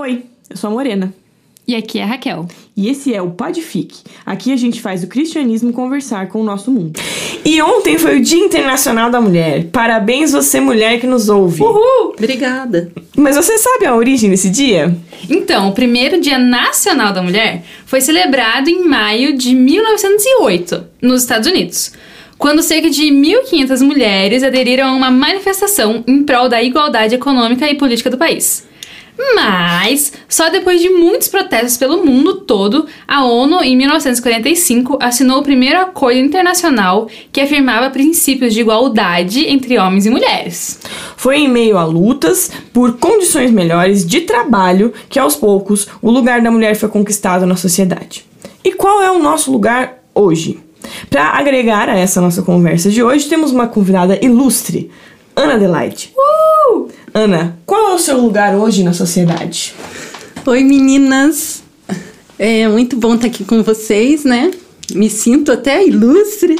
Oi, eu sou a Morena. E aqui é a Raquel. E esse é o Podfic. Aqui a gente faz o cristianismo conversar com o nosso mundo. E ontem foi o Dia Internacional da Mulher. Parabéns você, mulher que nos ouve. Uhul! Obrigada. Mas você sabe a origem desse dia? Então, o primeiro Dia Nacional da Mulher foi celebrado em maio de 1908, nos Estados Unidos, quando cerca de 1.500 mulheres aderiram a uma manifestação em prol da igualdade econômica e política do país. Mas, só depois de muitos protestos pelo mundo todo, a ONU, em 1945, assinou o primeiro acordo internacional que afirmava princípios de igualdade entre homens e mulheres. Foi em meio a lutas por condições melhores de trabalho que, aos poucos, o lugar da mulher foi conquistado na sociedade. E qual é o nosso lugar hoje? Para agregar a essa nossa conversa de hoje, temos uma convidada ilustre, Ana Adelaide. Ana, qual é o seu lugar hoje na sociedade? Oi, meninas. É muito bom estar aqui com vocês, né? Me sinto até ilustre.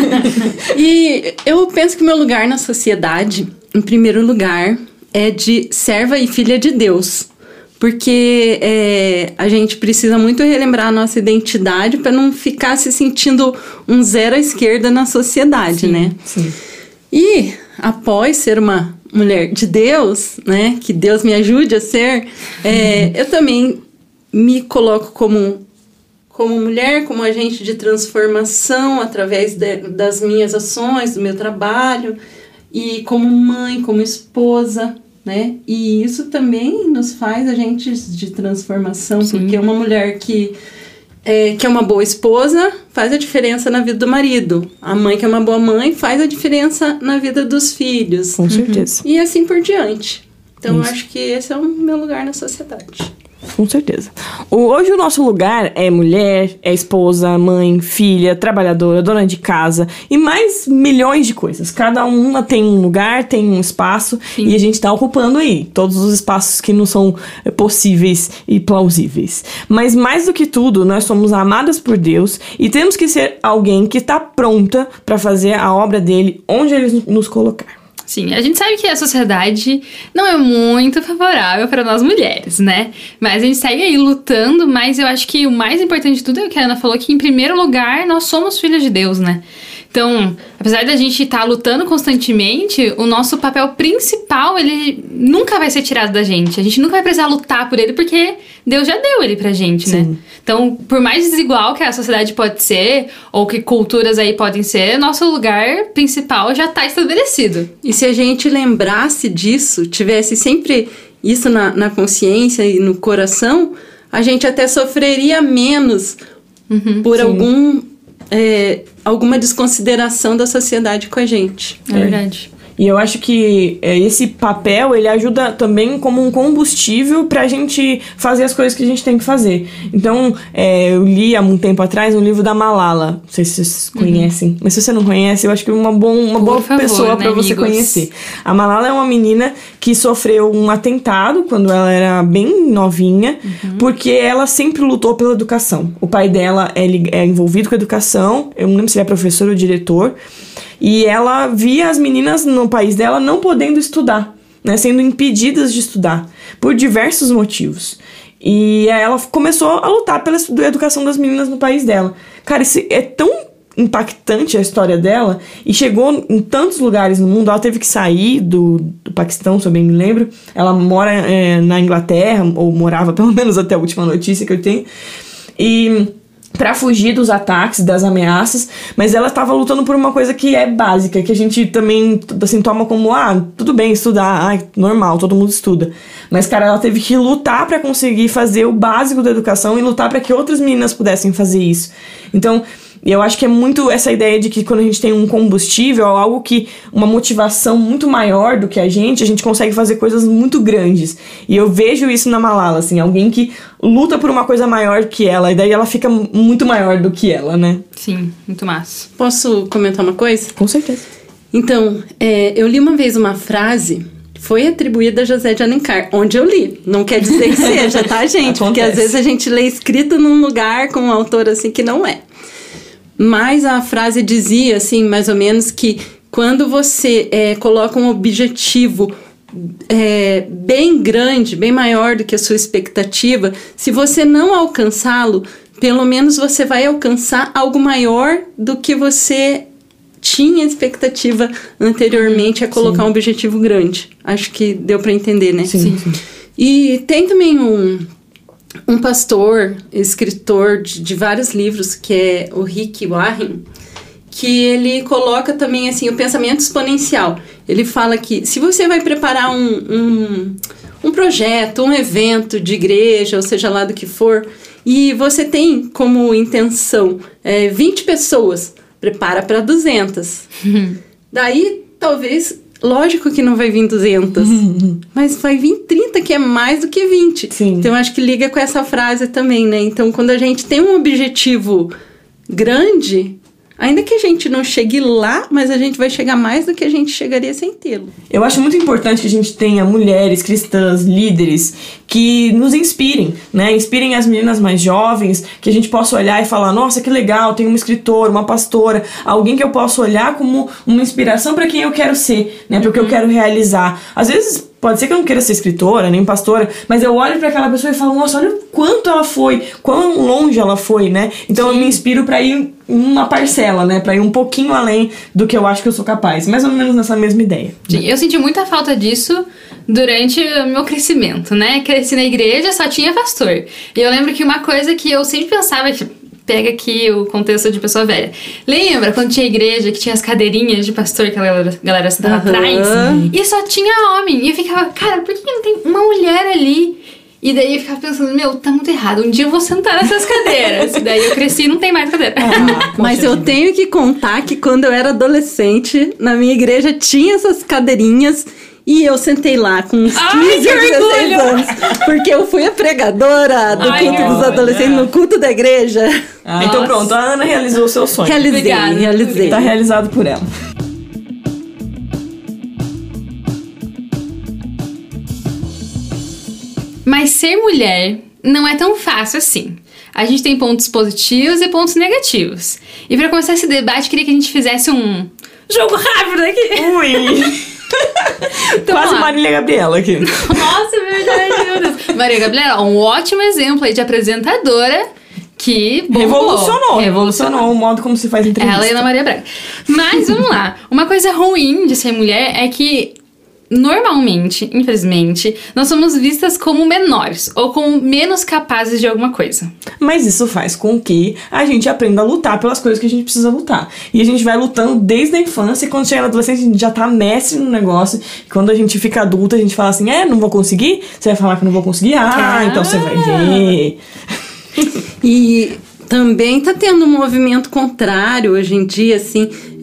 E eu penso que o meu lugar na sociedade, em primeiro lugar, é de serva e filha de Deus. Porque a gente precisa muito relembrar a nossa identidade para não ficar se sentindo um zero à esquerda na sociedade, né? Sim. E após ser uma mulher de Deus, né, que Deus me ajude a ser, eu também me coloco como mulher, como agente de transformação através das minhas ações, do meu trabalho, e como mãe, como esposa, né, e isso também nos faz agentes de transformação. Sim. Porque uma mulher que é uma boa esposa faz a diferença na vida do marido. A mãe que é uma boa mãe faz a diferença na vida dos filhos. Com certeza. E assim por diante. Então, eu acho que esse é o meu lugar na sociedade. Com certeza. Hoje o nosso lugar é mulher, é esposa, mãe, filha, trabalhadora, dona de casa e mais milhões de coisas. Cada uma tem um lugar, tem um espaço. Sim. E a gente tá ocupando aí todos os espaços que não são possíveis e plausíveis. Mas mais do que tudo, nós somos amadas por Deus e temos que ser alguém que tá pronta para fazer a obra dele onde ele nos colocar. Sim, a gente sabe que a sociedade não é muito favorável para nós mulheres, né? Mas a gente segue aí lutando, mas eu acho que o mais importante de tudo é o que a Ana falou, que em primeiro lugar nós somos filhos de Deus, né? Então, apesar da gente estar lutando constantemente, o nosso papel principal, ele nunca vai ser tirado da gente. A gente nunca vai precisar lutar por ele, porque Deus já deu ele pra gente, né? Então, por mais desigual que a sociedade pode ser, ou que culturas aí podem ser, nosso lugar principal já tá estabelecido. E se a gente lembrasse disso, tivesse sempre isso na consciência e no coração, a gente até sofreria menos por alguma desconsideração da sociedade com a gente. É verdade. E eu acho que esse papel, ele ajuda também como um combustível pra gente fazer as coisas que a gente tem que fazer. Então, eu li há um tempo atrás um livro da Malala. Não sei se vocês conhecem. Mas se você não conhece, eu acho que é uma boa pessoa pra você conhecer. A Malala é uma menina que sofreu um atentado quando ela era bem novinha, porque ela sempre lutou pela educação. O pai dela é envolvido com a educação. Eu não lembro se ele é professor ou diretor. E ela via as meninas no país dela não podendo estudar, né, sendo impedidas de estudar, por diversos motivos. E aí ela começou a lutar pela educação das meninas no país dela. Cara, isso é tão impactante a história dela, e chegou em tantos lugares no mundo. Ela teve que sair do Paquistão, se eu bem me lembro. Ela mora na Inglaterra, ou morava pelo menos até a última notícia que eu tenho. E pra fugir dos ataques, das ameaças, mas ela estava lutando por uma coisa que é básica, que a gente também, assim, toma como, tudo bem estudar, normal, todo mundo estuda. Mas, cara, ela teve que lutar pra conseguir fazer o básico da educação e lutar pra que outras meninas pudessem fazer isso. Então, eu acho que é muito essa ideia de que quando a gente tem um combustível, algo que, uma motivação muito maior do que a gente consegue fazer coisas muito grandes. E eu vejo isso na Malala, assim, alguém que luta por uma coisa maior que ela, e daí ela fica muito maior do que ela, né? Sim, muito massa. Posso comentar uma coisa? Com certeza. Então, eu li uma vez uma frase, foi atribuída a José de Alencar, onde eu li. Não quer dizer que seja, tá, gente? Porque às vezes a gente lê escrito num lugar com um autor assim que não é. Mas a frase dizia, assim, mais ou menos, que quando você coloca um objetivo bem grande, bem maior do que a sua expectativa, se você não alcançá-lo, pelo menos você vai alcançar algo maior do que você tinha expectativa anteriormente, a colocar um objetivo grande. Acho que deu para entender, né? Sim. E tem também um pastor, escritor de vários livros, que é o Rick Warren, que ele coloca também assim, o pensamento exponencial. Ele fala que se você vai preparar um projeto, um evento de igreja, ou seja lá do que for, e você tem como intenção 20 pessoas, prepara para 200. Daí, talvez, lógico que não vai vir 200, mas vai vir 30, que é mais do que 20. Sim. Então, acho que liga com essa frase também, né? Então, quando a gente tem um objetivo grande, ainda que a gente não chegue lá, mas a gente vai chegar mais do que a gente chegaria sem tê-lo. Eu acho muito importante que a gente tenha mulheres cristãs, líderes, que nos inspirem, né? Inspirem as meninas mais jovens, que a gente possa olhar e falar, nossa, que legal, tem uma escritora, uma pastora, alguém que eu possa olhar como uma inspiração para quem eu quero ser, né? Para o que eu quero realizar. Às vezes, pode ser que eu não queira ser escritora, nem pastora, mas eu olho para aquela pessoa e falo, nossa, olha o quanto ela foi, quão longe ela foi, né? Então eu me inspiro para ir uma parcela, né? Para ir um pouquinho além do que eu acho que eu sou capaz. Mais ou menos nessa mesma ideia. Sim, eu senti muita falta disso durante o meu crescimento, né? Cresci na igreja, só tinha pastor. E eu lembro que uma coisa que eu sempre pensava, pega aqui o contexto de pessoa velha. Lembra quando tinha igreja que tinha as cadeirinhas de pastor que a galera sentava atrás? E só tinha homem. E eu ficava, cara, por que não tem uma mulher ali? E daí eu ficava pensando, tá muito errado. Um dia eu vou sentar nessas cadeiras. E daí eu cresci e não tem mais cadeira. Mas eu tenho que contar que quando eu era adolescente, na minha igreja tinha essas cadeirinhas. E eu sentei lá com uns 15 ou 16 anos. Porque eu fui a pregadora do culto dos adolescentes no culto da igreja. Então pronto, a Ana realizou o seu sonho. Realizei. Tá realizado por ela. Mas ser mulher não é tão fácil assim. A gente tem pontos positivos e pontos negativos. E pra começar esse debate, queria que a gente fizesse um jogo rápido aqui. Ui! Então, quase Marília Gabriela aqui. Nossa, é verdade, meu Deus. Marília Gabriela, um ótimo exemplo aí de apresentadora que revolucionou o modo como se faz entrevista. Ela e Ana Maria Braga. Mas, vamos lá. Uma coisa ruim de ser mulher é que normalmente, infelizmente, nós somos vistas como menores ou como menos capazes de alguma coisa. Mas isso faz com que a gente aprenda a lutar pelas coisas que a gente precisa lutar. E a gente vai lutando desde a infância, e quando chega na adolescência a gente já tá mestre no negócio. E quando a gente fica adulta, a gente fala assim, não vou conseguir? Você vai falar que não vou conseguir? Então você vai ver. E também tá tendo um movimento contrário hoje em dia, assim,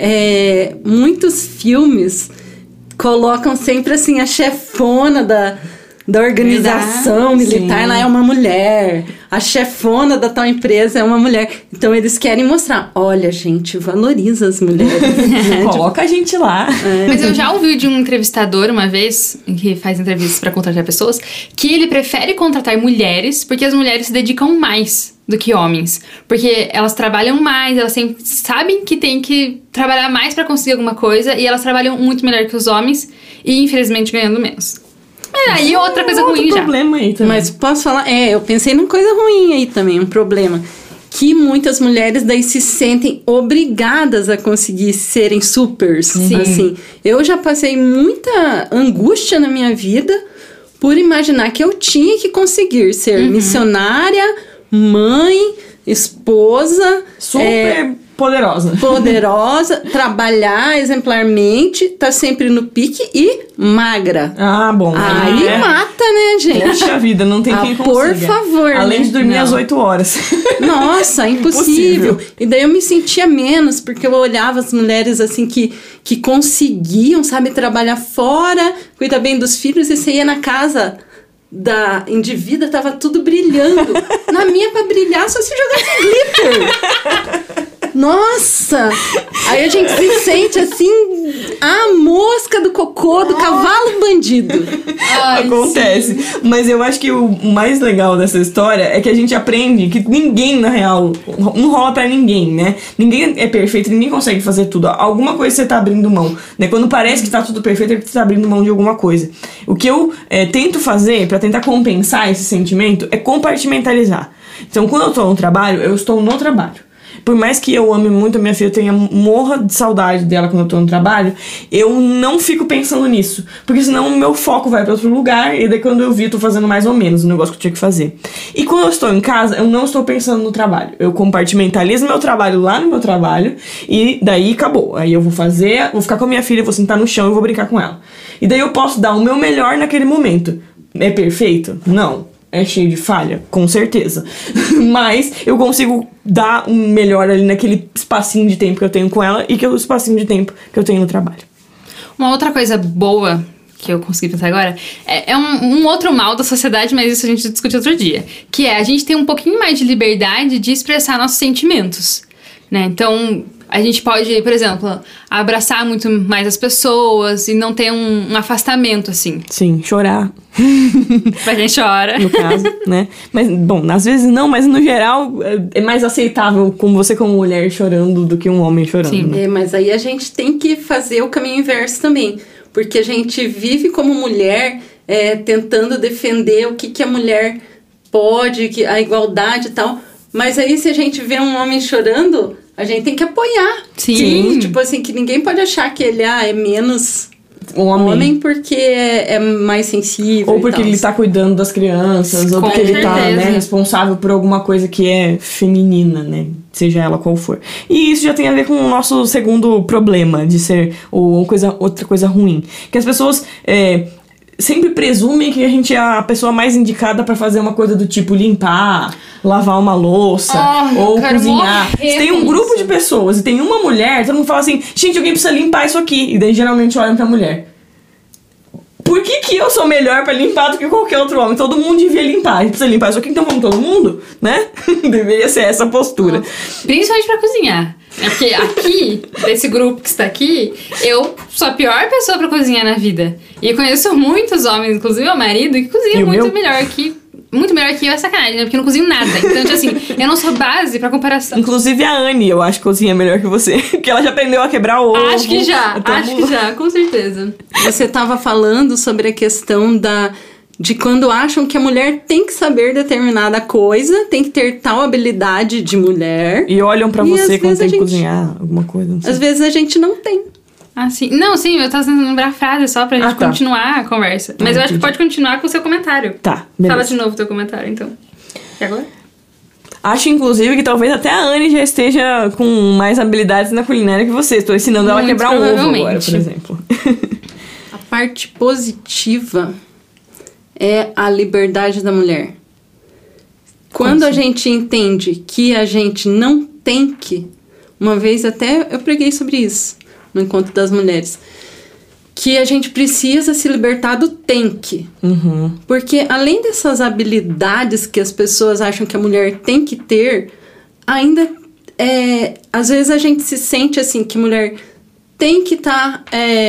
muitos filmes colocam sempre assim a chefona da organização militar, ela é uma mulher, a chefona da tal empresa é uma mulher. Então eles querem mostrar, olha, gente, valoriza as mulheres. Né? Coloca a gente lá. Mas eu já ouvi de um entrevistador uma vez, que faz entrevistas para contratar pessoas, que ele prefere contratar mulheres porque as mulheres se dedicam mais do que homens. Porque elas trabalham mais, elas sempre sabem que tem que trabalhar mais para conseguir alguma coisa e elas trabalham muito melhor que os homens e, infelizmente, ganhando menos. Aí outra coisa ruim já. Problema aí também. Mas posso falar? Eu pensei numa coisa ruim aí também, um problema. Que muitas mulheres daí se sentem obrigadas a conseguir serem supers. Sim. Assim, eu já passei muita angústia na minha vida por imaginar que eu tinha que conseguir ser missionária, mãe, esposa, super poderosa, trabalhar exemplarmente, tá sempre no pique e magra. Bom. Aí mata, né, gente? Puxa vida, não tem quem consiga. Por favor, além de dormir às 8 horas. Nossa, impossível. E daí eu me sentia menos, porque eu olhava as mulheres assim que conseguiam, sabe, trabalhar fora, cuidar bem dos filhos, e você ia na casa da indivídua, tava tudo brilhando. Na minha, pra brilhar, só se jogasse glitter. Nossa! Aí a gente se sente assim, a mosca do cocô do cavalo bandido. Ai, Acontece. sim. Mas eu acho que o mais legal dessa história é que a gente aprende que ninguém, na real, não rola pra ninguém, né? Ninguém é perfeito, ninguém consegue fazer tudo. Alguma coisa você tá abrindo mão, né? Quando parece que tá tudo perfeito, é que você tá abrindo mão de alguma coisa. O que eu tento fazer pra tentar compensar esse sentimento é compartimentalizar. Então, quando eu tô no trabalho, eu estou no trabalho. Por mais que eu ame muito a minha filha, eu tenha morra de saudade dela quando eu tô no trabalho, eu não fico pensando nisso. Porque senão o meu foco vai pra outro lugar, e daí quando eu vi, eu tô fazendo mais ou menos o negócio que eu tinha que fazer. E quando eu estou em casa, eu não estou pensando no trabalho. Eu compartimentalizo meu trabalho lá no meu trabalho, e daí acabou. Aí eu vou ficar com a minha filha, vou sentar no chão e vou brincar com ela. E daí eu posso dar o meu melhor naquele momento. É perfeito? Não. É cheio de falha? Com certeza. Mas eu consigo dar um melhor ali naquele espacinho de tempo que eu tenho com ela e que é o espacinho de tempo que eu tenho no trabalho. Uma outra coisa boa que eu consegui pensar agora é um outro mal da sociedade, mas isso a gente discute outro dia. Que é a gente ter um pouquinho mais de liberdade de expressar nossos sentimentos, né? Então, a gente pode, por exemplo, abraçar muito mais as pessoas e não ter um afastamento, assim. Sim, chorar. A gente chora. No caso, né? Mas, bom, às vezes não, mas no geral é mais aceitável com você como mulher chorando do que um homem chorando. Sim. Né? Mas aí a gente tem que fazer o caminho inverso também. Porque a gente vive como mulher tentando defender o que a mulher pode, a igualdade e tal. Mas aí se a gente vê um homem chorando, a gente tem que apoiar. Sim. Tipo assim, que ninguém pode achar que ele é menos homem porque é mais sensível. Ou porque ele tá cuidando das crianças, ou Com porque ele tá, certeza. né, responsável por alguma coisa que é feminina, né? Seja ela qual for. E isso já tem a ver com o nosso segundo problema de ser outra coisa ruim. Que as pessoas sempre presumem que a gente é a pessoa mais indicada pra fazer uma coisa do tipo limpar, lavar uma louça, ou cozinhar. Se tem um grupo de pessoas e tem uma mulher, todo mundo fala assim, gente, alguém precisa limpar isso aqui. E daí geralmente olham pra mulher. Por que eu sou melhor pra limpar do que qualquer outro homem? Todo mundo devia limpar. A gente precisa limpar isso aqui, então vamos todo mundo, né? Deveria ser essa postura. Principalmente pra cozinhar. É porque aqui, desse grupo que está aqui, eu sou a pior pessoa pra cozinhar na vida. E eu conheço muitos homens, inclusive meu marido, que cozinha muito melhor que eu, é sacanagem, né? Porque eu não cozinho nada. Então, tipo assim, eu não sou base pra comparação. Inclusive a Anne, eu acho que cozinha melhor que você. Porque ela já aprendeu a quebrar ovo. Acho que já, com certeza. Você tava falando sobre a questão de quando acham que a mulher tem que saber determinada coisa, tem que ter tal habilidade de mulher. E olham pra você quando tem que cozinhar alguma coisa. Não sei. Às vezes a gente não tem. Ah, sim. Não, sim, eu tava tentando lembrar a frase só pra gente continuar a conversa. Mas eu acho que pode continuar com o seu comentário. Tá, beleza. Fala de novo o teu comentário, então. E agora? Acho, inclusive, que talvez até a Anne já esteja com mais habilidades na culinária que você. Estou ensinando ela a quebrar um ovo agora, por exemplo. A parte positiva é a liberdade da mulher. Quando a gente entende que a gente não tem que... Uma vez até eu preguei sobre isso no Encontro das Mulheres. Que a gente precisa se libertar do tem que. Uhum. Porque além dessas habilidades que as pessoas acham que a mulher tem que ter, ainda às vezes a gente se sente assim que mulher tem que estar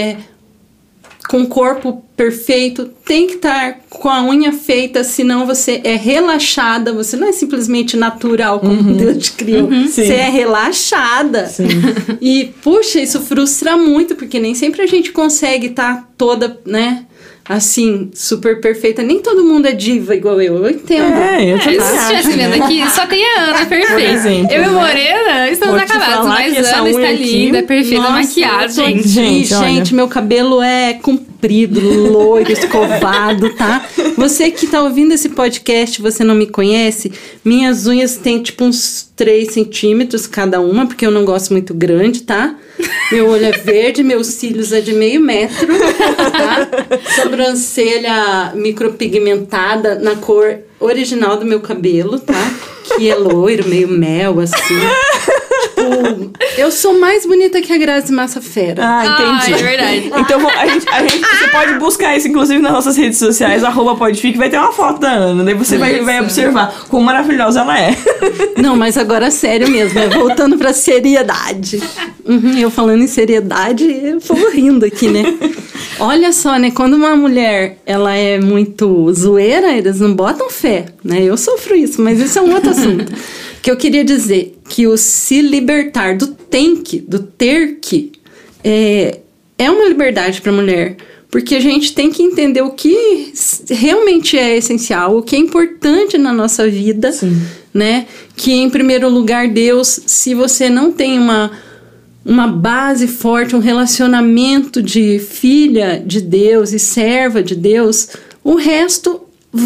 com o corpo perfeito, tem que estar com a unha feita, senão você é relaxada, você não é simplesmente natural como Deus te criou, você é relaxada. Sim. E, puxa, isso frustra muito, porque nem sempre a gente consegue estar toda, né, assim, super perfeita. Nem todo mundo é diva igual eu entendo. Eu também Se você estivesse vendo aqui, só tem a Ana perfeita. exemplo, Eu e né? Morena estamos acabados, mas essa Ana está unha aqui, linda, perfeita, Nossa, maquiagem. eu tô Gente, olha. gente, meu cabelo é comprido, loiro, escovado, tá? Você que tá ouvindo esse podcast, você não me conhece, minhas unhas têm tipo uns 3 centímetros cada uma, porque eu não gosto muito grande, tá? Meu olho é verde, meus cílios é de meio metro, tá? Sobrancelha micropigmentada na cor original do meu cabelo, tá? Que é loiro, meio mel, assim. Tipo, Eu sou mais bonita que a Grazi Massafera. Ah, entendi. É verdade. Então você pode buscar isso, inclusive nas nossas redes sociais, @podfic, vai ter uma foto da Ana. Daí você vai observar quão maravilhosa ela é. Não, mas agora sério mesmo, né? Voltando pra seriedade. Eu falando em seriedade, eu tô rindo aqui, né? Olha só, né? Quando uma mulher, ela é muito zoeira, eles não botam fé, né? Eu sofro isso, mas isso é um outro assunto. Que eu queria dizer que o se libertar do tem que, do ter que, é uma liberdade para a mulher. Porque a gente tem que entender o que realmente é essencial, o que é importante na nossa vida, né? Que, em primeiro lugar, Deus, se você não tem uma base forte, um relacionamento de filha de Deus e serva de Deus, o resto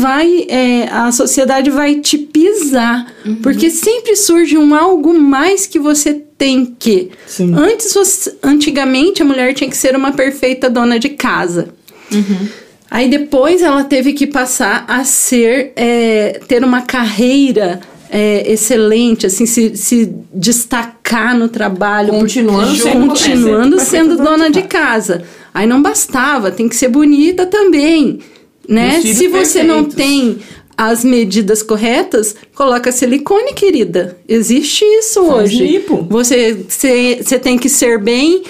a sociedade vai te pisar, porque sempre surge algo mais que você tem que. Antigamente a mulher tinha que ser uma perfeita dona de casa. Aí depois ela teve que passar a ter uma carreira excelente, assim, se destacar no trabalho, continuando sendo dona de casa. Aí não bastava, tem que ser bonita também, né? Se você não tem as medidas corretas, coloca silicone, querida. Existe isso hoje. Você tem que ser bem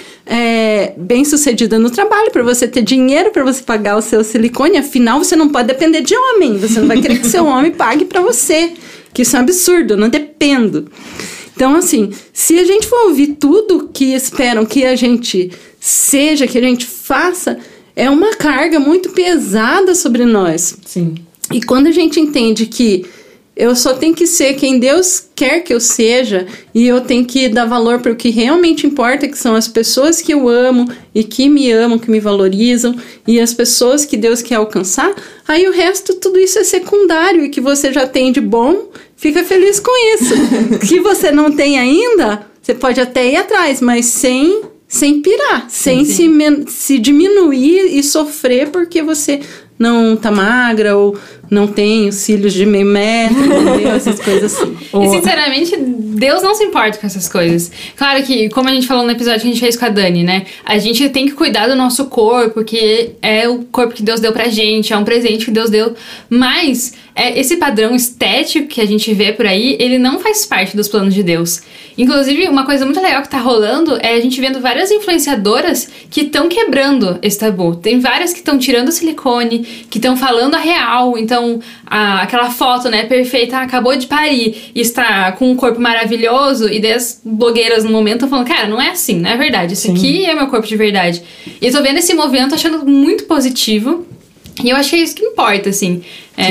sucedida no trabalho para você ter dinheiro para você pagar o seu silicone. Afinal, você não pode depender de homem. Você não vai querer que seu homem pague para você. Que isso é um absurdo, eu não dependo. Então, assim, se a gente for ouvir tudo que esperam que a gente seja, que a gente faça, é uma carga muito pesada sobre nós. Sim. E quando a gente entende que eu só tenho que ser quem Deus quer que eu seja, e eu tenho que dar valor para o que realmente importa, que são as pessoas que eu amo e que me amam, que me valorizam, e as pessoas que Deus quer alcançar, aí o resto, tudo isso é secundário, e que você já tem de bom, fica feliz com isso. Que você não tem ainda, você pode até ir atrás, mas sem pirar, sem se diminuir e sofrer porque você não tá magra ou não tem os cílios de meio metro, entendeu? Essas coisas assim. E sinceramente, Deus não se importa com essas coisas. Claro que, como a gente falou no episódio que a gente fez com a Dani, né? A gente tem que cuidar do nosso corpo, porque é o corpo que Deus deu pra gente, é um presente que Deus deu. Mas esse padrão estético que a gente vê por aí, ele não faz parte dos planos de Deus. Inclusive, uma coisa muito legal que tá rolando é a gente vendo várias influenciadoras que estão quebrando esse tabu. Tem várias que estão tirando o silicone, que estão falando a real. Então, aquela foto, né, perfeita, acabou de parir e está com um corpo maravilhoso, e daí as blogueiras no momento estão falando, cara, não é assim, não é verdade. Isso aqui é meu corpo de verdade. E eu tô vendo esse movimento, achando muito positivo. E eu acho que é isso que importa, assim.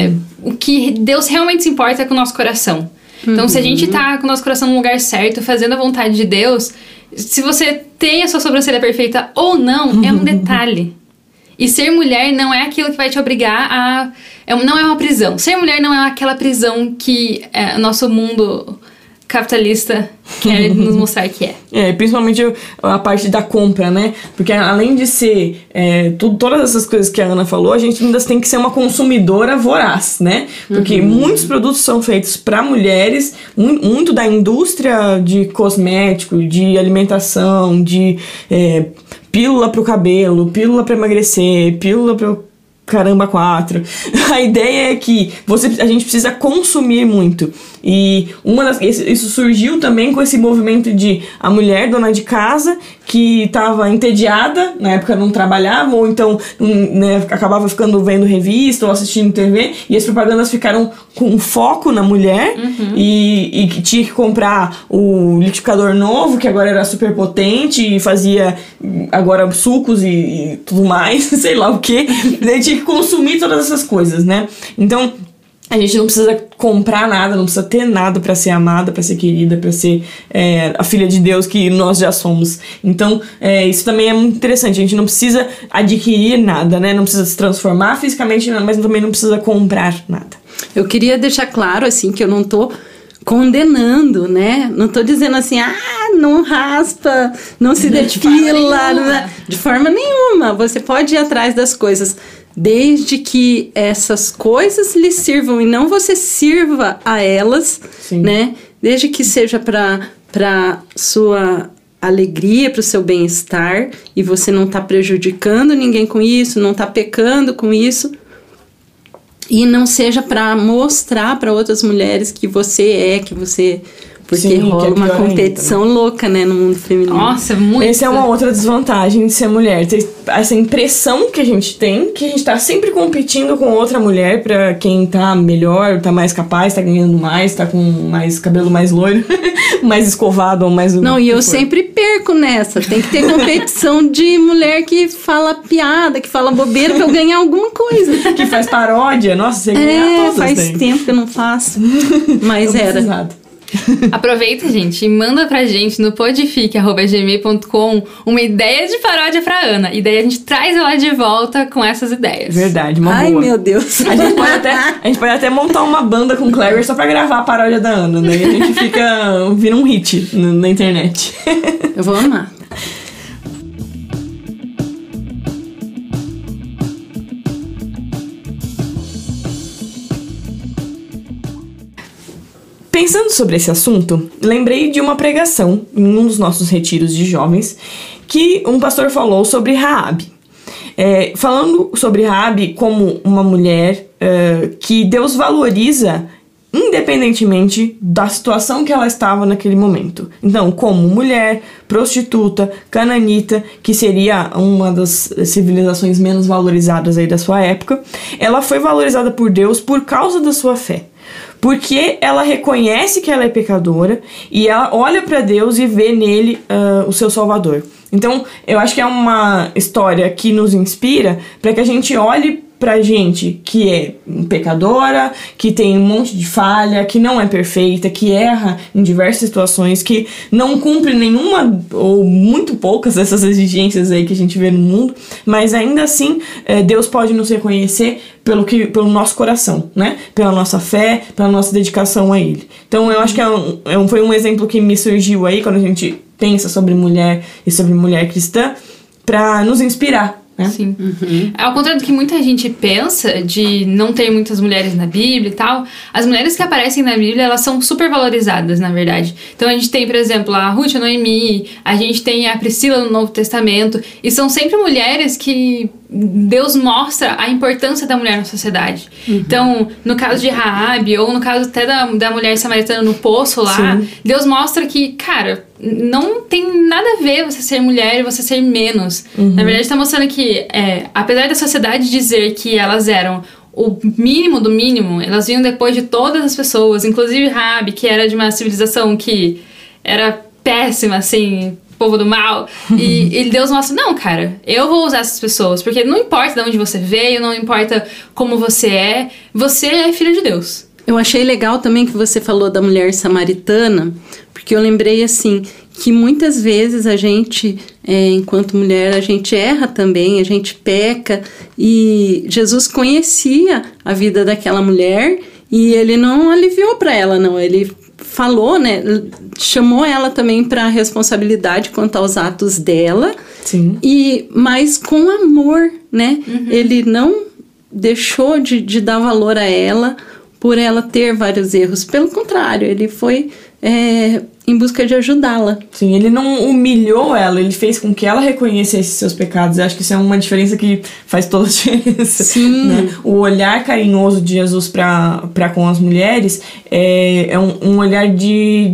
O que Deus realmente se importa é com o nosso coração. Então, se a gente tá com o nosso coração no lugar certo, fazendo a vontade de Deus, se você tem a sua sobrancelha perfeita ou não, é um detalhe. E ser mulher não é aquilo que vai te obrigar não é uma prisão. Ser mulher não é aquela prisão que o nosso mundo capitalista quer nos mostrar que é. Principalmente a parte da compra, né? Porque além de ser todas essas coisas que a Ana falou, a gente ainda tem que ser uma consumidora voraz, né? Porque muitos produtos são feitos para mulheres, muito da indústria de cosmético, de alimentação, de pílula pro cabelo, pílula para emagrecer, pílula pro caramba 4. A ideia é que a gente precisa consumir muito. E isso surgiu também com esse movimento de a mulher dona de casa que estava entediada, na época não trabalhava, ou então acabava vendo revista ou assistindo TV, e as propagandas ficaram com foco na mulher, e que tinha que comprar o liquidificador novo, que agora era super potente e fazia agora sucos e tudo mais, sei lá o que. Daí tinha que consumir todas essas coisas, né? Então a gente não precisa comprar nada, não precisa ter nada pra ser amada, pra ser querida, pra ser a filha de Deus que nós já somos. Então, isso também é muito interessante. A gente não precisa adquirir nada, né? Não precisa se transformar fisicamente, mas também não precisa comprar nada. Eu queria deixar claro, assim, que eu não tô condenando, né? Não tô dizendo assim, não raspa, não se depila, de forma nenhuma. Você pode ir atrás das coisas, desde que essas coisas lhe sirvam e não você sirva a elas, né? Desde que seja para sua alegria, para o seu bem-estar, e você não está prejudicando ninguém com isso, não está pecando com isso, e não seja para mostrar para outras mulheres que você porque Sim, rola uma competição louca, né, no mundo feminino. Nossa, muito. Essa é uma outra desvantagem de ser mulher. Ter essa impressão que a gente tem, que a gente tá sempre competindo com outra mulher pra quem tá melhor, tá mais capaz, tá ganhando mais, tá com mais cabelo mais loiro, mais escovado ou mais... Não, e eu sempre perco nessa. Tem que ter competição de mulher que fala piada, que fala bobeira pra eu ganhar alguma coisa. Que faz paródia. Nossa, você ganha todas. Faz tempo que eu não faço. Mas era. Precisado. Aproveita, gente, e manda pra gente no podfic@gmail.com uma ideia de paródia pra Ana. E daí a gente traz ela de volta com essas ideias. Verdade, uma boa. Ai, meu Deus. A gente pode até montar uma banda com o Clever só pra gravar a paródia da Ana, né? E a gente vira um hit na internet. Eu vou amar. Pensando sobre esse assunto, lembrei de uma pregação em um dos nossos retiros de jovens que um pastor falou sobre Raabe. Falando sobre Raabe como uma mulher que Deus valoriza independentemente da situação que ela estava naquele momento. Então, como mulher, prostituta, cananita, que seria uma das civilizações menos valorizadas aí da sua época, ela foi valorizada por Deus por causa da sua fé. Porque ela reconhece que ela é pecadora e ela olha para Deus e vê nele o seu Salvador. Então, eu acho que é uma história que nos inspira para que a gente olhe pra gente que é pecadora, que tem um monte de falha, que não é perfeita, que erra em diversas situações, que não cumpre nenhuma ou muito poucas dessas exigências aí que a gente vê no mundo, mas ainda assim Deus pode nos reconhecer pelo nosso coração, né? Pela nossa fé, pela nossa dedicação a Ele. Então eu acho que foi um exemplo que me surgiu aí quando a gente pensa sobre mulher e sobre mulher cristã, pra nos inspirar. Sim. Ao contrário do que muita gente pensa de não ter muitas mulheres na Bíblia e tal, as mulheres que aparecem na Bíblia, elas são super valorizadas, na verdade. Então a gente tem, por exemplo, a Ruth, a Noemi, a gente tem a Priscila no Novo Testamento, e são sempre mulheres que Deus mostra a importância da mulher na sociedade. Então, no caso de Raabe, ou no caso até da mulher samaritana no poço lá, sim, Deus mostra que, cara, não tem nada a ver você ser mulher e você ser menos. Na verdade, está mostrando que, apesar da sociedade dizer que elas eram o mínimo do mínimo, elas vinham depois de todas as pessoas, inclusive Raabe, que era de uma civilização que era péssima, assim, povo do mal, e Deus mostra, não, cara, eu vou usar essas pessoas, porque não importa de onde você veio, não importa como você é filho de Deus. Eu achei legal também que você falou da mulher samaritana, porque eu lembrei assim, que muitas vezes a gente, enquanto mulher, a gente erra também, a gente peca, e Jesus conhecia a vida daquela mulher, e ele não aliviou para ela, não, ele falou, né, chamou ela também para a responsabilidade quanto aos atos dela, sim, mas com amor, né, ele não deixou de dar valor a ela por ela ter vários erros, pelo contrário, ele foi em busca de ajudá-la. Sim, ele não humilhou ela, ele fez com que ela reconhecesse seus pecados. Eu acho que isso é uma diferença que faz toda a diferença. Sim. Né? O olhar carinhoso de Jesus para com as mulheres é um olhar de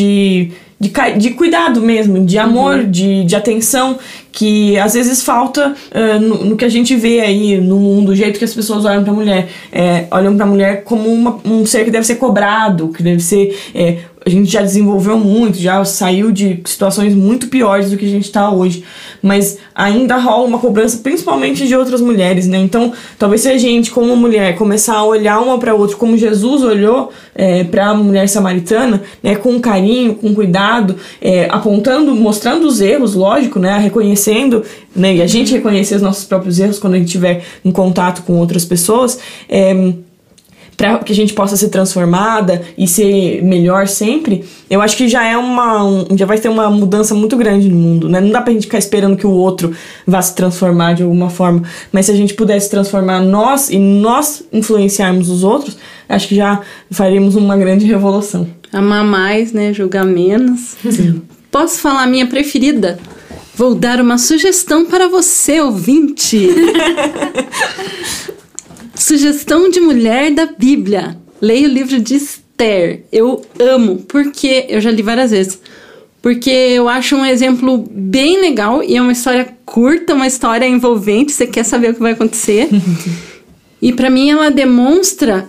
cuidado mesmo, de amor, de atenção, que às vezes falta no que a gente vê aí no mundo, o jeito que as pessoas olham pra mulher. Olham pra mulher como um ser que deve ser cobrado, que deve ser... a gente já desenvolveu muito, já saiu de situações muito piores do que a gente tá hoje, mas ainda rola uma cobrança principalmente de outras mulheres, né? Então, talvez se a gente, como mulher, começar a olhar uma pra outra, como Jesus olhou pra mulher samaritana, né? Com carinho, com cuidado, apontando, mostrando os erros, lógico, né? Reconhecendo, né? E a gente reconhecer os nossos próprios erros quando a gente estiver em contato com outras pessoas, para que a gente possa ser transformada e ser melhor sempre, eu acho que já já vai ter uma mudança muito grande no mundo, né? Não dá pra gente ficar esperando que o outro vá se transformar de alguma forma, mas se a gente pudesse transformar nós e nós influenciarmos os outros, acho que já faremos uma grande revolução. Amar mais, né? Julgar menos. Sim. Posso falar a minha preferida? Vou dar uma sugestão para você, ouvinte. Sugestão de mulher da Bíblia. Leia o livro de Esther. Eu amo, porque eu já li várias vezes. Porque eu acho um exemplo bem legal e é uma história curta, uma história envolvente. Você quer saber o que vai acontecer. E para mim ela demonstra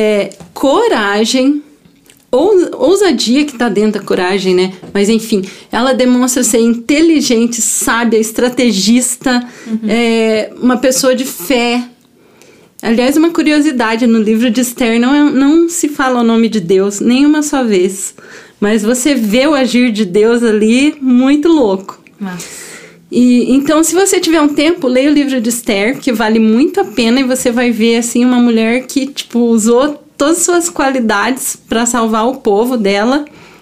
coragem, ousadia que tá dentro da coragem, né? Mas enfim, ela demonstra ser inteligente, sábia, estrategista, uma pessoa de fé. Aliás, uma curiosidade, no livro de Esther não se fala o nome de Deus nenhuma só vez. Mas você vê o agir de Deus ali muito louco. Nossa. E então, se você tiver um tempo, leia o livro de Esther, que vale muito a pena, e você vai ver assim uma mulher que tipo usou todas as suas qualidades para salvar o povo dela.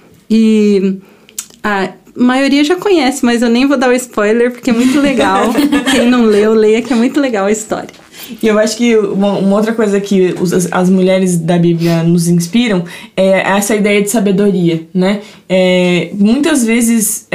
E a maioria já conhece, mas eu nem vou dar o spoiler porque é muito legal. Quem não leu, leia, que é muito legal a história. E eu acho que uma outra coisa que as mulheres da Bíblia nos inspiram é essa ideia de sabedoria, né? Muitas vezes,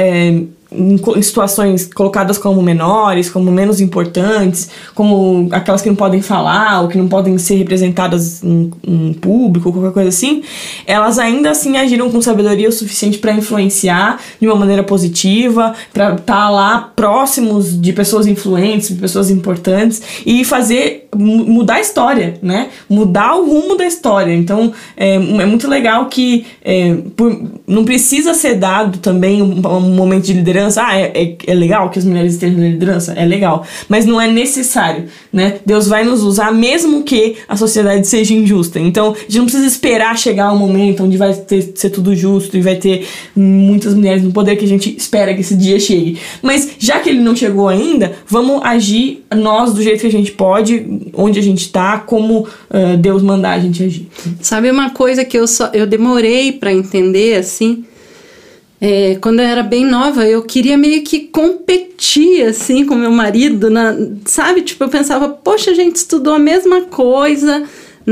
em situações colocadas como menores, como menos importantes, como aquelas que não podem falar ou que não podem ser representadas em público ou qualquer coisa assim, elas ainda assim agiram com sabedoria o suficiente para influenciar de uma maneira positiva, para estar lá próximos de pessoas influentes, de pessoas importantes e mudar a história, né? Mudar o rumo da história. Então é muito legal que não precisa ser dado também um momento de liderança. É legal que as mulheres estejam na liderança? É legal. Mas não é necessário, né? Deus vai nos usar mesmo que a sociedade seja injusta. Então, a gente não precisa esperar chegar um momento onde vai ser tudo justo e vai ter muitas mulheres no poder que a gente espera que esse dia chegue. Mas, já que ele não chegou ainda, vamos agir nós do jeito que a gente pode, onde a gente tá, como Deus mandar a gente agir. Sabe uma coisa que eu demorei pra entender, assim... quando eu era bem nova, eu queria meio que competir, assim, com meu marido, sabe? Tipo, eu pensava, poxa, a gente estudou a mesma coisa,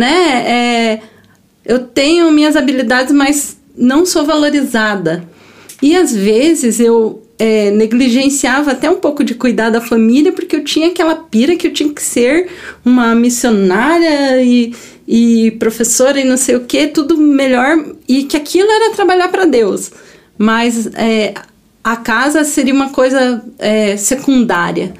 né? Eu tenho minhas habilidades, mas não sou valorizada. E, às vezes, eu negligenciava até um pouco de cuidar da família, porque eu tinha aquela pira que eu tinha que ser uma missionária e professora e não sei o quê, tudo melhor, e que aquilo era trabalhar para Deus. Mas a casa seria uma coisa secundária.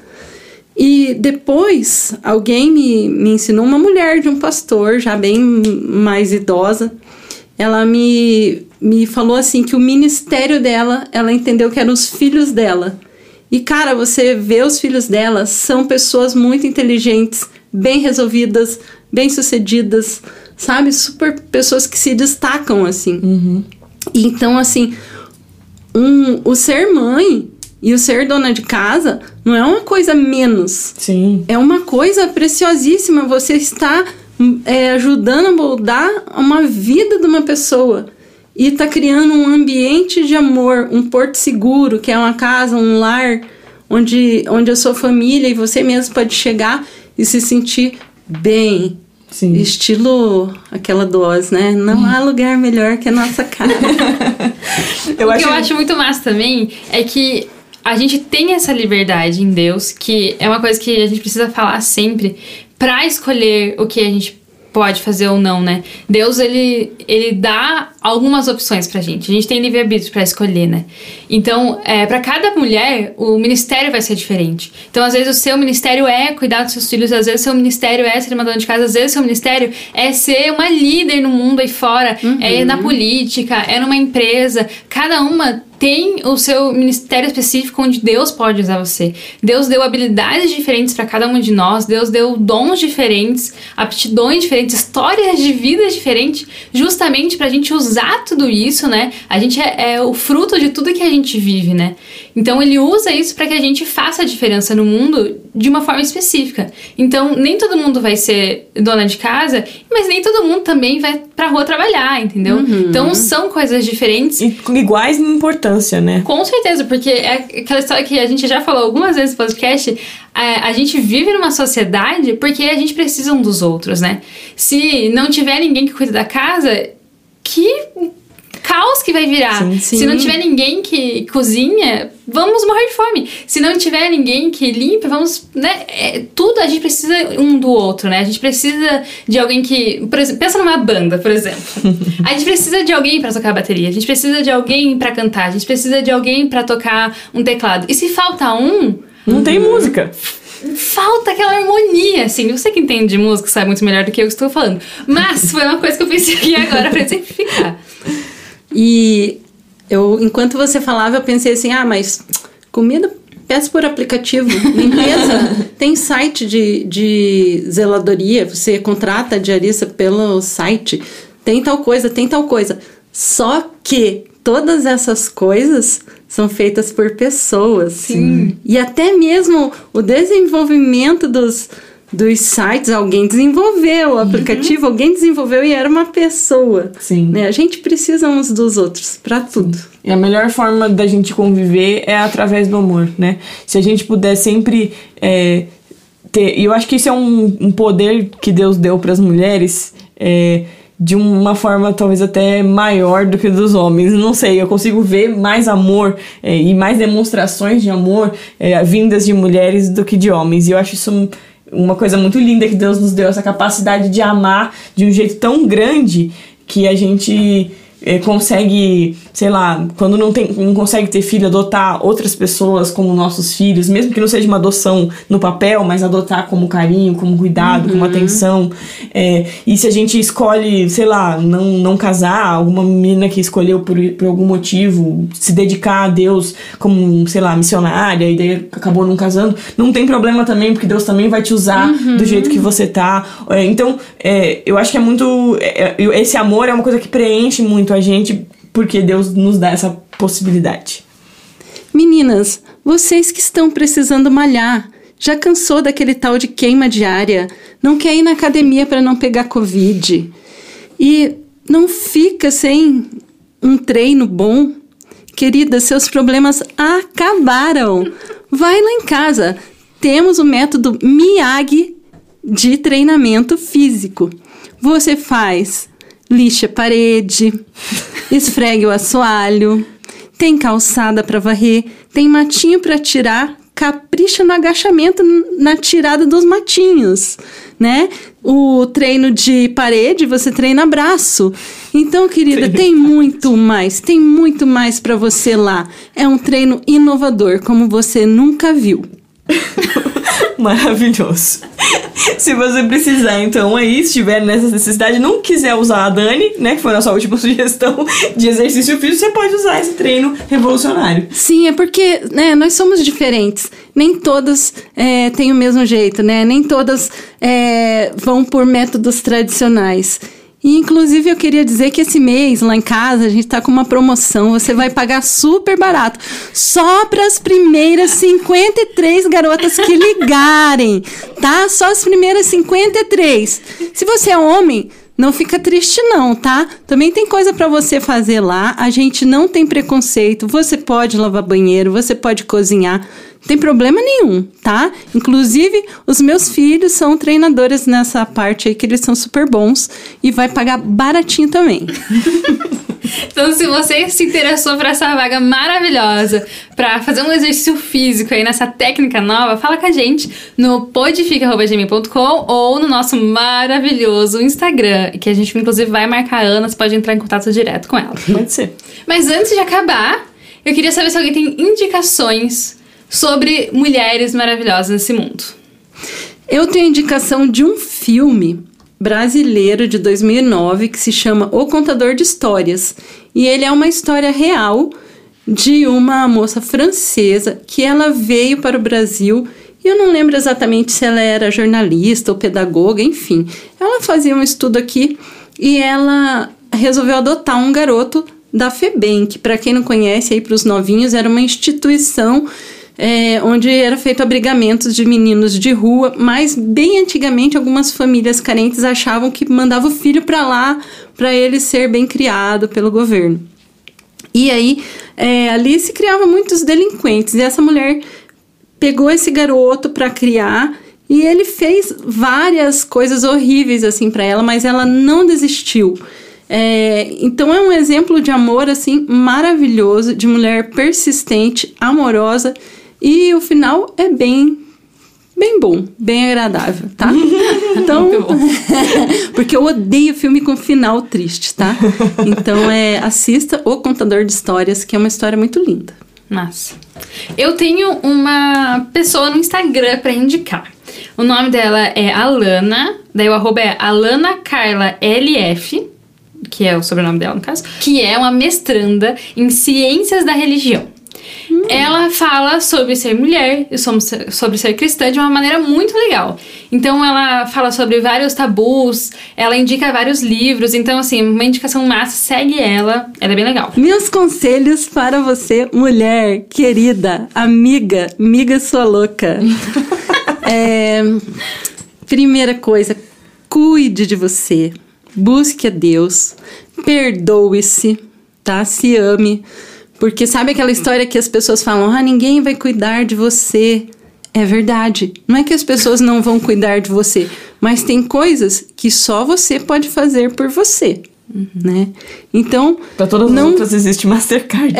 E depois, alguém me ensinou, uma mulher de um pastor, já bem mais idosa, ela me falou assim, que o ministério dela, ela entendeu que eram os filhos dela. E, cara, você vê os filhos dela, são pessoas muito inteligentes, bem resolvidas, bem-sucedidas, sabe? Super pessoas que se destacam, assim. Uhum. Então, assim... o ser mãe e o ser dona de casa não é uma coisa menos. Sim. É uma coisa preciosíssima. Você está ajudando a moldar uma vida de uma pessoa. E está criando um ambiente de amor, um porto seguro, que é uma casa, um lar, onde a sua família e você mesmo pode chegar e se sentir bem. Sim. Estilo aquela do Oz, né? Não há lugar melhor que a nossa casa. O que eu acho muito massa também é que a gente tem essa liberdade em Deus, que é uma coisa que a gente precisa falar sempre, pra escolher o que a gente pode fazer ou não, né? Deus, ele dá algumas opções pra gente. A gente tem livre-arbítrio pra escolher, né? Então, pra cada mulher, o ministério vai ser diferente. Então, às vezes, o seu ministério é cuidar dos seus filhos, às vezes, o seu ministério é ser uma dona de casa, às vezes, o seu ministério é ser uma líder no mundo aí fora, é na política, é numa empresa. Cada uma tem o seu ministério específico onde Deus pode usar você. Deus deu habilidades diferentes para cada um de nós, Deus deu dons diferentes, aptidões diferentes, histórias de vida diferentes, justamente pra gente usar tudo isso, né? A gente é o fruto de tudo que a gente vive, né? Então ele usa isso para que a gente faça a diferença no mundo de uma forma específica. Então nem todo mundo vai ser dona de casa, mas nem todo mundo também vai pra rua trabalhar, entendeu? Então são coisas diferentes. E iguais em importância, né? Com certeza, porque é aquela história que a gente já falou algumas vezes no podcast, a gente vive numa sociedade porque a gente precisa um dos outros, né? Se não tiver ninguém que cuida da casa, caos que vai virar. Sim. Se não tiver ninguém que cozinha, vamos morrer de fome. Se não tiver ninguém que limpa, vamos, né? Tudo a gente precisa um do outro, né? A gente precisa de alguém que, por exemplo, pensa numa banda, por exemplo. A gente precisa de alguém pra tocar a bateria, a gente precisa de alguém pra cantar, a gente precisa de alguém pra tocar um teclado. E se falta um, não tem música. Falta aquela harmonia, assim. Você que entende de música sabe muito melhor do que eu que estou falando. Mas foi uma coisa que eu pensei aqui agora pra exemplificar. E enquanto você falava, eu pensei assim, mas comida peço por aplicativo, limpeza, tem site de zeladoria, você contrata a diarista pelo site, tem tal coisa. Só que todas essas coisas são feitas por pessoas. Sim. E até mesmo o desenvolvimento dos sites, alguém desenvolveu o aplicativo, alguém desenvolveu e era uma pessoa. Sim. Né? A gente precisa uns dos outros para tudo. E a melhor forma da gente conviver é através do amor, né? Se a gente puder sempre ter... E eu acho que isso é um poder que Deus deu para as mulheres, de uma forma talvez até maior do que dos homens. Não sei, eu consigo ver mais amor e mais demonstrações de amor vindas de mulheres do que de homens. E eu acho isso uma coisa muito linda, que Deus nos deu essa capacidade de amar de um jeito tão grande que a gente consegue, sei lá, quando não consegue ter filho, adotar outras pessoas como nossos filhos, mesmo que não seja uma adoção no papel, mas adotar como carinho, como cuidado, como atenção. E se a gente escolhe, sei lá, não casar, alguma menina que escolheu por algum motivo se dedicar a Deus como, sei lá, missionária, e daí acabou não casando, não tem problema também, porque Deus também vai te usar do jeito que você tá. Então, eu acho que é muito... esse amor é uma coisa que preenche muito a gente, porque Deus nos dá essa possibilidade. Meninas, vocês que estão precisando malhar, já cansou daquele tal de queima diária? Não quer ir na academia para não pegar Covid? E não fica sem um treino bom? Querida, seus problemas acabaram. Vai lá em casa. Temos o método Miyagi de treinamento físico. Você faz... lixa a parede, esfregue o assoalho, tem calçada para varrer, tem matinho para tirar, capricha no agachamento, na tirada dos matinhos, né? O treino de parede, você treina braço. Então, querida, tem muito mais para você lá. É um treino inovador, como você nunca viu. Maravilhoso. Se você precisar, então, se estiver nessa necessidade, não quiser usar a Dani, né, que foi a nossa última sugestão de exercício físico, você pode usar esse treino revolucionário. Sim, é porque, né, nós somos diferentes. Nem todas têm o mesmo jeito, né? Nem todas vão por métodos tradicionais. E, inclusive, eu queria dizer que esse mês, lá em casa, a gente tá com uma promoção. Você vai pagar super barato. Só para as primeiras 53 garotas que ligarem, tá? Só as primeiras 53. Se você é homem, não fica triste não, tá? Também tem coisa para você fazer lá. A gente não tem preconceito. Você pode lavar banheiro, você pode cozinhar. Não tem problema nenhum, tá? Inclusive, os meus filhos são treinadores nessa parte aí, que eles são super bons. E vai pagar baratinho também. Então, se você se interessou por essa vaga maravilhosa, pra fazer um exercício físico aí nessa técnica nova, fala com a gente no podifica@gmail.com ou no nosso maravilhoso Instagram, que a gente, inclusive, vai marcar a Ana, você pode entrar em contato direto com ela. Pode ser. Mas antes de acabar, eu queria saber se alguém tem indicações sobre mulheres maravilhosas nesse mundo. Eu tenho indicação de um filme brasileiro de 2009 que se chama O Contador de Histórias. E ele é uma história real de uma moça francesa que ela veio para o Brasil. E eu não lembro exatamente se ela era jornalista ou pedagoga, enfim. Ela fazia um estudo aqui e ela resolveu adotar um garoto da FEBEM, que, para quem não conhece, aí para os novinhos, era uma instituição onde era feito abrigamentos de meninos de rua, mas bem antigamente algumas famílias carentes achavam que mandava o filho para lá para ele ser bem criado pelo governo. E aí ali se criavam muitos delinquentes, e essa mulher pegou esse garoto para criar, e ele fez várias coisas horríveis assim para ela, mas ela não desistiu. Então é um exemplo de amor, assim, maravilhoso, de mulher persistente, amorosa, e o final é bem bom, bem agradável, tá? Então, porque eu odeio filme com final triste, tá? Então, assista O Contador de Histórias, que é uma história muito linda. Massa. Eu tenho uma pessoa no Instagram pra indicar. O nome dela é Alana, daí o arroba é AlanaCarlaLF, que é o sobrenome dela, no caso, que é uma mestranda em ciências da religião. Ela fala sobre ser mulher e sobre ser cristã de uma maneira muito legal. Então ela fala sobre vários tabus, ela indica vários livros. Então, assim, uma indicação massa, segue ela é bem legal. Meus conselhos para você, mulher querida, amiga sua louca. Primeira coisa, cuide de você, busque a Deus, perdoe-se, tá? Se ame. Porque sabe aquela história que as pessoas falam, ninguém vai cuidar de você. É verdade. Não é que as pessoas não vão cuidar de você, mas tem coisas que só você pode fazer por você, né? Então... Pra todas as outras existe Mastercard.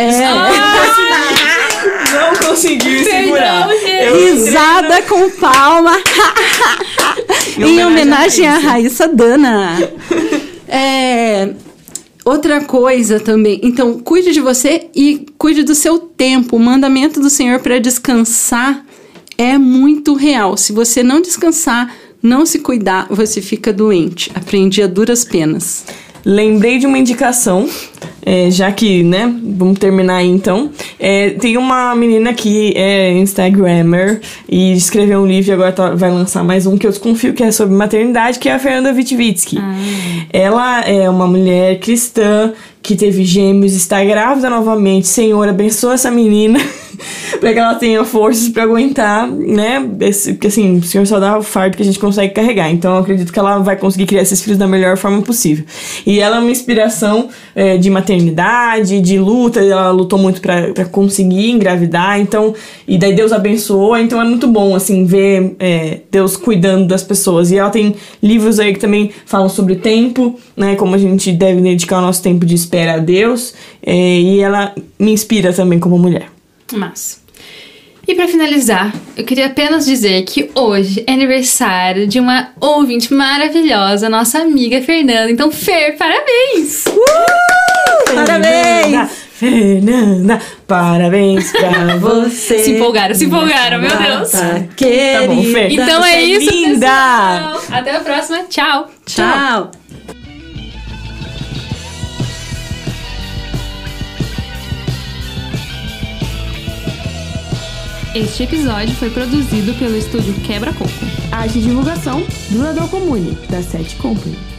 Não consegui segurar. Risada com palma. Em homenagem a Raíssa Dana. Outra coisa também, então cuide de você e cuide do seu tempo. O mandamento do Senhor para descansar é muito real. Se você não descansar, não se cuidar, você fica doente. Aprendi a duras penas. Lembrei de uma indicação, já que, né, vamos terminar aí então. Tem uma menina que é Instagrammer e escreveu um livro e agora vai lançar mais um que eu desconfio que é sobre maternidade, que é a Fernanda Witwicki. Ela é uma mulher cristã que teve gêmeos, está grávida novamente. Senhor, abençoa essa menina para que ela tenha forças para aguentar, né? Porque assim, o Senhor só dá o fardo que a gente consegue carregar. Então eu acredito que ela vai conseguir criar esses filhos da melhor forma possível. E ela é uma inspiração de maternidade, de luta. Ela lutou muito para conseguir engravidar. Então, e daí Deus abençoou. Então é muito bom assim ver Deus cuidando das pessoas. E ela tem livros aí que também falam sobre tempo, né? Como a gente deve dedicar o nosso tempo de espera a Deus. E ela me inspira também como mulher. Massa. E pra finalizar, eu queria apenas dizer que hoje é aniversário de uma ouvinte maravilhosa, nossa amiga Fernanda. Então, Fer, parabéns! Parabéns! Fernanda, parabéns pra você. Se empolgaram, meu Deus. Querida. Tá bom, Fer. Então é isso, linda. pessoal. Até a próxima. Tchau. Tchau. Este episódio foi produzido pelo estúdio Quebra Coco. Arte e divulgação, Bruna Del Comune, da Sete Company.